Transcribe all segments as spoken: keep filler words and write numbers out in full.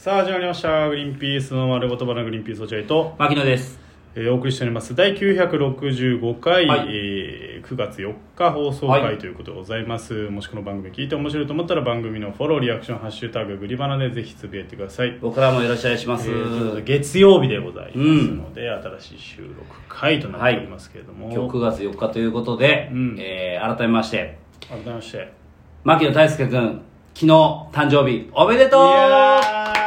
さあ始まりました。グリーンピースの丸ごとバナグリーンピース落合と牧野です、 えー、お送りしております第きゅうひゃくろくじゅうごかい、 はいえー、くがつよっか放送回、 はい、 ということでございます。もしこの番組聞いて面白いと思ったら番組のフォローリアクションハッシュタググリバナでぜひつぶやいてください。 僕からもよろしくお願いします、 えー、月曜日でございますので、うん、新しい収録回となっておりますけれども、 はい、今日くがつよっかということで、うんえー、改めまして改めまして牧野大輔君昨日誕生日おめでとう。 いや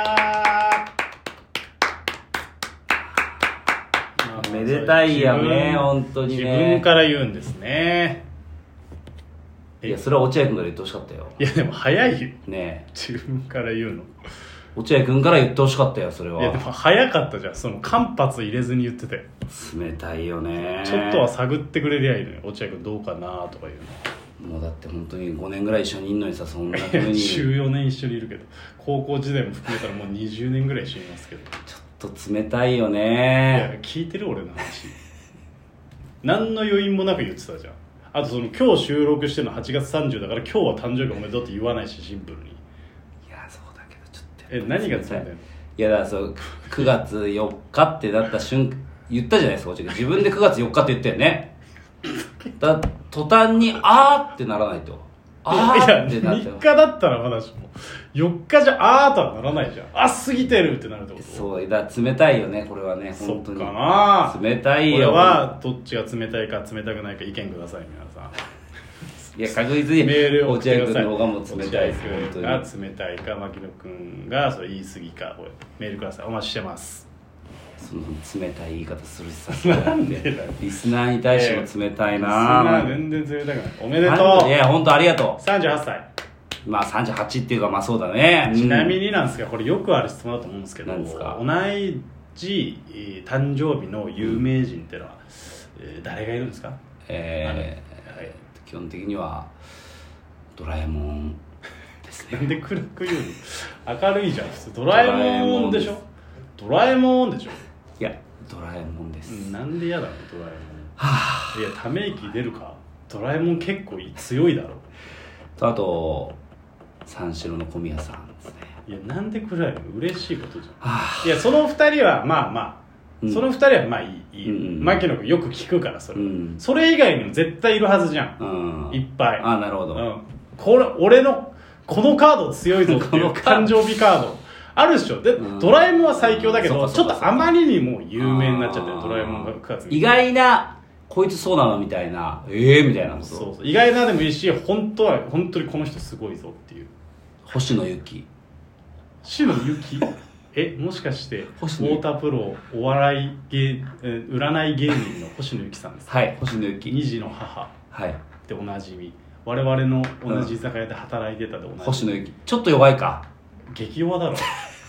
めでたいよね、本当にね。 自分から言うんですね。 いや、それは落合君から言ってほしかったよ。 いやでも早いよね。 自分から言うの。 落合君から言ってほしかったよ、それは。 いやでも早かったじゃん、その間髪入れずに言ってて。 冷たいよね。 ちょっとは探ってくれりゃいいのよ、落合君どうかなとか言うの。もうだって本当にごねんぐらい一緒にいんのにさ、そんなふうにじゅうよねん一緒にいるけど、高校時代も含めたらもうにじゅうねんぐらい一緒にいますけど、 ちょっと冷たいよね。 いや聞いてる俺の話何の余韻もなく言ってたじゃん。あとその今日収録してるのはちがつさんじゅうだから今日は誕生日おめでとうって言わないし、シンプルに。 いやそうだけどちょっとえ何が冷たいの。 いやだからそうくがつよっかってなった瞬間言ったじゃないですか、自分でくがつよっかって言ったよね。だ途端にあーってならないと。あーってなって。 みっかだったらまだしもよっかじゃあーとはならないじゃん。あ過ぎてるってなるってこと。 そうだから冷たいよねこれはね。本当にそっかな。 冷たいよ。 これはどっちが冷たいか冷たくないか意見ください皆さん。 いや確実にメールを落合君の方がもう冷たいです。 落合君が冷たいか牧野君がそれ言い過ぎか、これメールください。お待ちしてます。 その冷たい言い方するしさなんでだよ。 リスナーに対しても冷たいな。リスナー全然冷たくない。おめでとう。 いや本当ありがとう。 さんじゅうはっさい。 まあさんじゅうはちっていうかまあそうだね。 ちなみになんですが、これよくある質問だと思うんですけど、 なんですか。 同じ、えー、誕生日の有名人ってのは、えー、誰がいるんですか。 えーはい、基本的にはドラえもんですね。 なんで暗く言うの。明るいじゃん普通。ドラえもんでしょ。ドラえもんでしょ。 いやドラえもんです。 なんで嫌だのドラえもん。 はあ、 いやため息出るか。ドラえもん結構強いだろ。 とあと三四郎の小宮さんですね。 いやなんで暗いの。嬉しいことじゃん、 はあ、 いやその二人はまあまあ、うん、その二人はまあいい、いい、 うんうん、 牧野君よく聞くからそれ、うん、それ以外にも絶対いるはずじゃん、うん、いっぱい。 あなるほど、 うん、これ俺のこのカード強いぞっていう誕生日カードあるでしょ。で、うん、ドラえもんは最強だけど、ちょっとあまりにも有名になっちゃってる。ドラえもんがくがつに意外なこいつそうなのみたいな、ええー、みたいなこと。 そうそう意外なでもいいし、本当は本当にこの人すごいぞっていう。 星野由紀。 星野由紀えもしかして太田プロお笑い芸占い芸人の星野由紀さんですか。 はい、星野由紀。 二児の母はいでおなじみ、我々の同じ居酒屋で働いてたでおなじみ、うん、 星野由紀ちょっと弱いか。 激弱だろ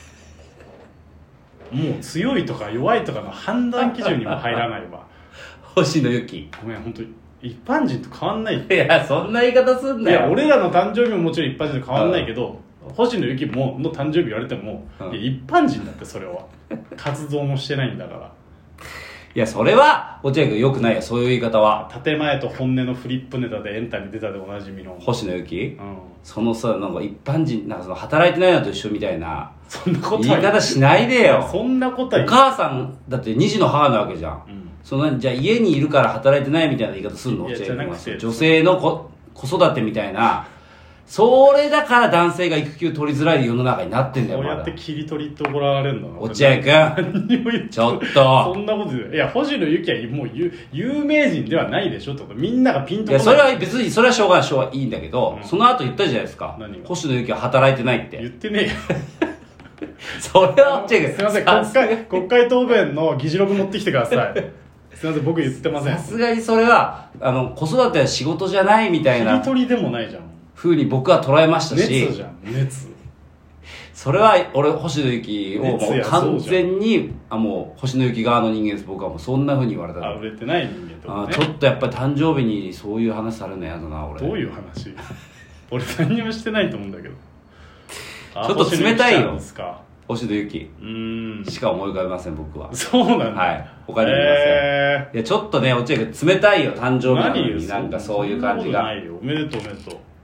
もう強いとか弱いとかの判断基準にも入らないわ星野由紀ごめん本当に一般人と変わんない。いやそんな言い方すんなよ。 いや俺らの誕生日ももちろん一般人と変わんないけど、うん、星野由紀もの誕生日言われても、うん、いや一般人だってそれは活動もしてないんだから。 いやそれは落合君よくないよそういう言い方は。 建前と本音のフリップネタでエンタに出たでおなじみの星野由紀、 うん、 そのさなんか一般人なんかその働いてないのと一緒みたいなそんなこと言い方しないでよ。 そんなことはお母さんだって二児の母なわけじゃん、うん、そのじゃあ家にいるから働いてないみたいな言い方するの。落合君は女性の子子育てみたいなそれだから男性が育休取りづらい世の中になってんだよ。 こうやって切り取りって怒られるの。 落合君何にも言ってちょっとそんなこと言う。いや星野由紀はもう有有名人ではないでしょってことみんながピンとこない。 いやそれは別にそれはしょうがないしょうがいいんだけど、うん、その後言ったじゃないですか。星野由紀は働いてないって言ってねえよそれは落合君すいません国会国会答弁の議事録持ってきてくださいすいません僕言ってません。 さすがにそれはあの子育ては仕事じゃないみたいな切り取りでもないじゃん風に僕は捉えましたし。 熱じゃん熱。 それは俺星野由紀をもう完全にあもう星野由紀側の人間です。僕はもうそんな風に言われたらあ売れてない人間とか、ね、 あちょっとやっぱり誕生日にそういう話されるの嫌だな俺。 どういう話俺何にもしてないと思うんだけどちょっと冷たいよ星野由紀うーんしか思い浮かべません僕は。 そうなんだ。 はい他にもいません、えー、いやちょっとね落合君冷たいよ誕生日なのになんかそういう感じが。 ないよおめでとうおめでとう。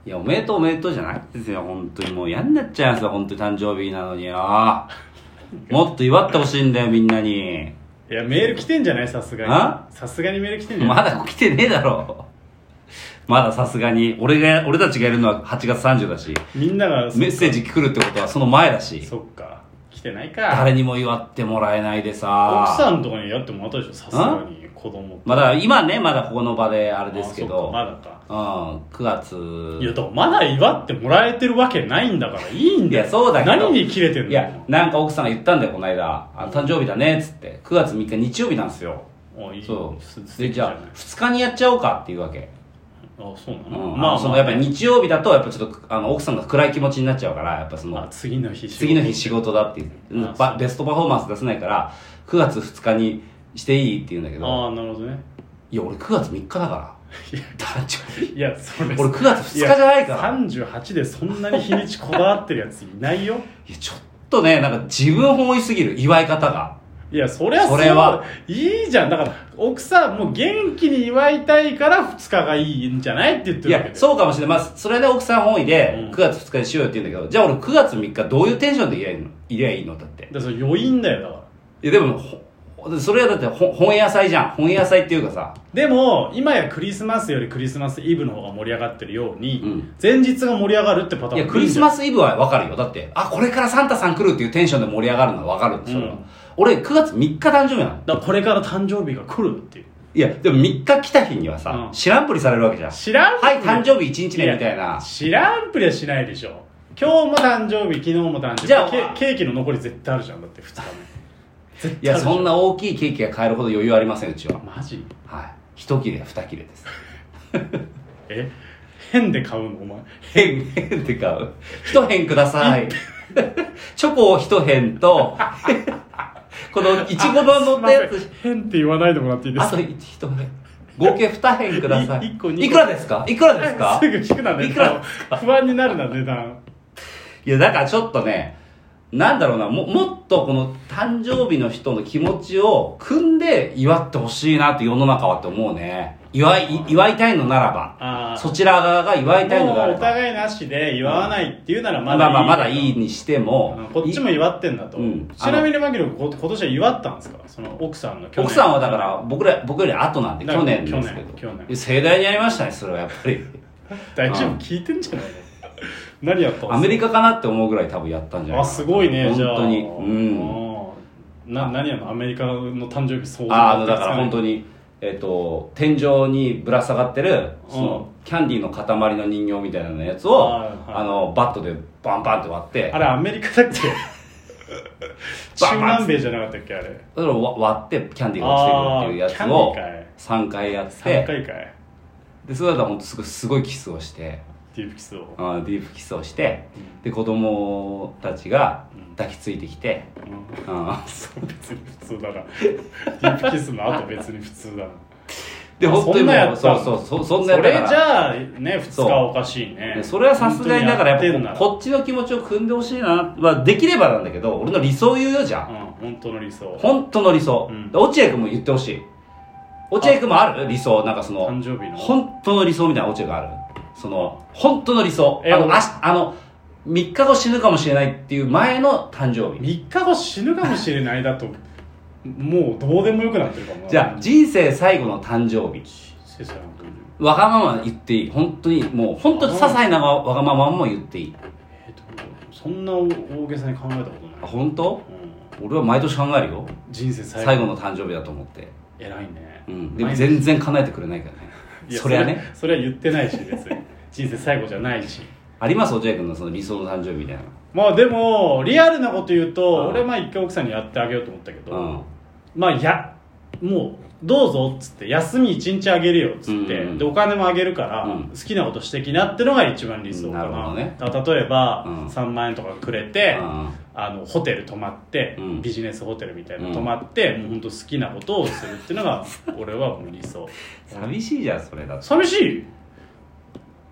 いやおめでとうおめでとうじゃないですよ本当にもう嫌になっちゃいますよ本当に誕生日なのによもっと祝ってほしいんだよみんなに。 いやメール来てんじゃないさすがにさすがにメール来てんじゃないまだ来てねえだろまださすがに俺が俺たちがやるのははちがつさんじゅうだしみんながメッセージ来るってことはその前だしそっか来てないか誰にも祝ってもらえないでさ奥さんとかにやってもらったでしょさすがに子供まだ今ねまだここの場であれですけどまだかうんくがついやだからまだ祝ってもらえてるわけないんだからいいんだよいやそうだけど何にキレてんのいやなんか奥さんが言ったんだよこの間あ誕生日だねっつってくがつみっか日曜日なんですよあいいそうでじゃあふつかにやっちゃおうかっていうわけあそうなの、 うん、まあそのやっぱり日曜日だとやっぱちょっとあの奥さんが暗い気持ちになっちゃうからやっぱその次の日次の日仕事だっていうベストパフォーマンス出せないからくがつふつかにしていいって言うんだけどああなるほどねいや俺くがつみっかだから誕生日いやそれ俺くがつふつかじゃないからさんじゅうはちでそんなに日にちこだわってるやついないよいやちょっとねなんか自分本位すぎる祝い方がいやそりゃそれはいいじゃんだから奥さんもう元気に祝いたいからふつかがいいんじゃないって言ってるわけでいやそうかもしれない、まあ、それで奥さん本位でうんくがつふつかにしようよって言うんだけど、じゃあ俺くがつみっかどういうテンションでいりゃいいのいりゃいいのだってだからそれ余韻だよだからいやでもほそれはだってほ本屋祭じゃん本屋祭っていうかさでも今やクリスマスよりクリスマスイブの方が盛り上がってるように、 うん、 前日が盛り上がるってパターンいやクリスマスイブは分かるよだってあこれからサンタさん来るっていうテンションで盛り上がるのは分かるんですよ、うん、俺くがつみっか誕生日なのだからこれから誕生日が来るっていういやでもみっか来た日にはさ、うん、知らんぷりされるわけじゃん知らんぷりはい誕生日いちにち目みたいな知らんぷりはしないでしょ今日も誕生日昨日も誕生日じゃあケケーキの残り絶対あるじゃんだってふつかめいやそんな大きいケーキが買えるほど余裕ありませんうちはマジはい一切れ二切れですえ変で買うのお前変変で買う一変くださいチョコを一変とこのいちごの乗ったやつ変って言わないでもらっていいですかあと一変合計二変くださいいっこいくらですかいくらですかすぐ聞くな値段不安になるな値段いやだからちょっとねなんだろうな も, もっとこの誕生日の人の気持ちを組んで祝ってほしいなって世の中はって思うね祝い祝いたいのならばそちら側が祝いたいのならばお互いなしで祝わないっていうならまだいい、 まあまあまだいいにしても、 うん、こっちも祝ってんだと、うん、ちなみに牧野君今年は祝ったんですかその奥さんの去年奥さんはだから僕ら僕より後なんで去年ですけど去年去年盛大にやりましたねそれはやっぱり大丈夫聞いてんじゃないの何やったんですかアメリカかなって思うぐらい多分やったんじゃないかなあすごいねじゃあ本当にうんな何やのアメリカの誕生日想像ああだから本当にえっと天井にぶら下がってるそのキャンディーの塊の人形みたいなやつをあのバットでバンバンって割ってあれアメリカだっけ中南米じゃなかったっけあれそれを割ってキャンディーが落ちてくるっていうやつをさんかいやってさんかいかいでそれだったら本当すごいすごいキスをしてディープキスをあディープキスをして、うん、で子供たちが抱きついてきて、 うんうん、そう別に普通だなディープキスの後別に普通だなで本当にもうそうそうそうそんなやったからそれじゃあねふつかおかしいねそれはさすがにだからやっぱこっちの気持ちを汲んでほしいな、まあ、できればなんだけど俺の理想を言うよじゃん、 うん、本当の理想本当の理想、うん、落合君も言ってほしい落合君もある理想なんかその誕生日の本当の理想みたいな落合君あるその本当の理想あのああのみっかご死ぬかもしれないっていう前の誕生日みっかご死ぬかもしれないだともうどうでもよくなってるかもじゃあ人生最後の誕生日人生最後の誕生日わがまま言っていい本当にもう本当に些細なわがままも言っていいえっとそんな大げさに考えたことないあ本当、うん、俺は毎年考えるよ人生最後最後の誕生日だと思って偉いね、 うん、でも全然叶えてくれないからねそれはねそれは言ってないし別に人生最後じゃないしあります落合君のその理想の誕生日みたいなまあでもリアルなこと言うと、うん、俺はまあ一回奥さんにやってあげようと思ったけど、うん、まあやもうどうぞっつって休みいちにちあげるよっつって、うんうん、でお金もあげるから、うん、好きなことしてきなってのが一番理想かな、 なるほどね、 だから例えば、うん、さんまんえんとかくれて、 うん、 あのホテル泊まって、うん、ビジネスホテルみたいなの泊まって、うん、もう本当好きなことをするっていうのが俺はもう理想寂しいじゃんそれだって寂しい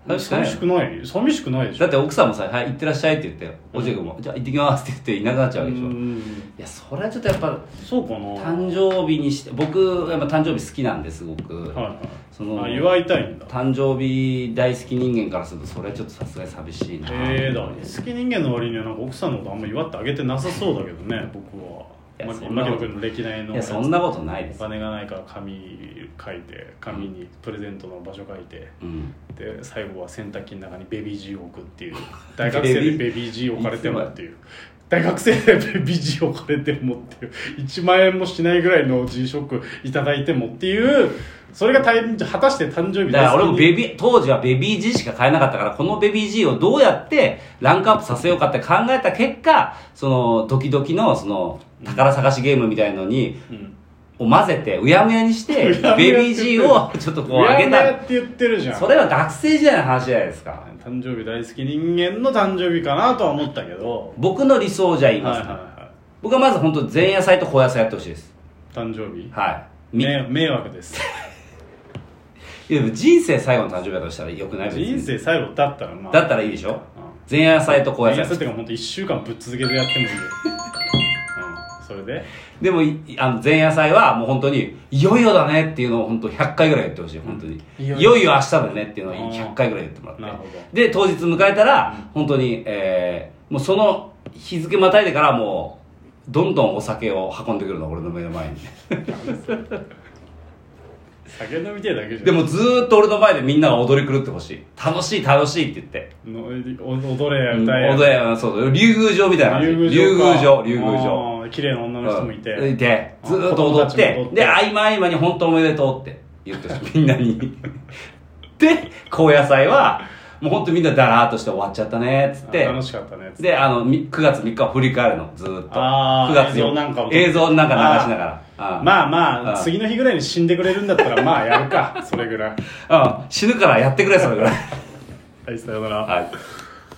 寂しくない寂しくない寂しくないでしょ。 だって奥さんもさ「はい行ってらっしゃい」って言っておじい君も「じゃあ行ってきます」って言っていなくなっちゃうわけでしょ。いやそれはちょっとやっぱそうかな。 誕生日にして僕やっぱ誕生日好きなんですごく、 はいはい、 そのあ祝いたいんだ。 誕生日大好き人間からするとそれはちょっとさすがに寂しいな。 ええー、だ好き人間の割にはなんか奥さんのことあんま祝ってあげてなさそうだけどね僕は。牧野君の歴代のいやそんなことないです。 お金がないから紙書いて紙にプレゼントの場所書いて、うん、で最後は洗濯機の中にベビー G を置くっていう大学生でベビー G 置かれてもっていう大学生でベビー G 置かれてもっていういちまん円もしないぐらいの G ショックいただいてもっていうそれが果たして誕生日だから俺もベビー当時はベビー G しか買えなかったからこのベビー G をどうやってランクアップさせようかって考えた結果そのドキドキのその宝探しゲームみたいのに、うん、を混ぜてうやむやにしてベビー G をちょっとこう上げた。うやむやって言ってるじゃん。 それは学生時代の話じゃないですか。 誕生日大好き人間の誕生日かなとは思ったけど僕の理想じゃ言います、ねはいはいはい、僕はまず本当前夜祭と後夜祭やってほしいです。 誕生日はい迷惑ですいやでも人生最後の誕生日だとしたらよくないです。 人生最後だったらまあだったらいいでしょ、うん、前夜祭と後夜祭。 前夜祭ってか本当いっしゅうかんぶっ続けてやってもいいよそれででもあの前夜祭はもう本当にいよいよだねっていうのを本当ひゃっかいぐらい言ってほしい。本当にいよいよ明日だねっていうのをひゃっかいぐらい言ってもらって、で当日迎えたら本当に、えー、もうその日付またいでからもうどんどんお酒を運んでくるの俺の目の前に酒飲みてえだけじゃん。 でもずーっと俺の前でみんなが踊り狂ってほしい。楽しい楽しいって言って踊れや歌えや、 うん、踊れやそう竜宮城みたいな竜宮城竜宮城綺麗な女の人もいていてずーっと踊ってで合間合間に本当おめでとうって言ってほしいみんなにで後夜祭はもう本当みんなダラーっとして終わっちゃったねっつって楽しかったねっつってであのくがつみっかを振り返るのずーっとあくがつ映像なんか映像なんか流しながらああまあまあ次の日ぐらいに死んでくれるんだったらまあやるかそれぐらいああ死ぬからやってくれそれぐらいはいさよなら。 はい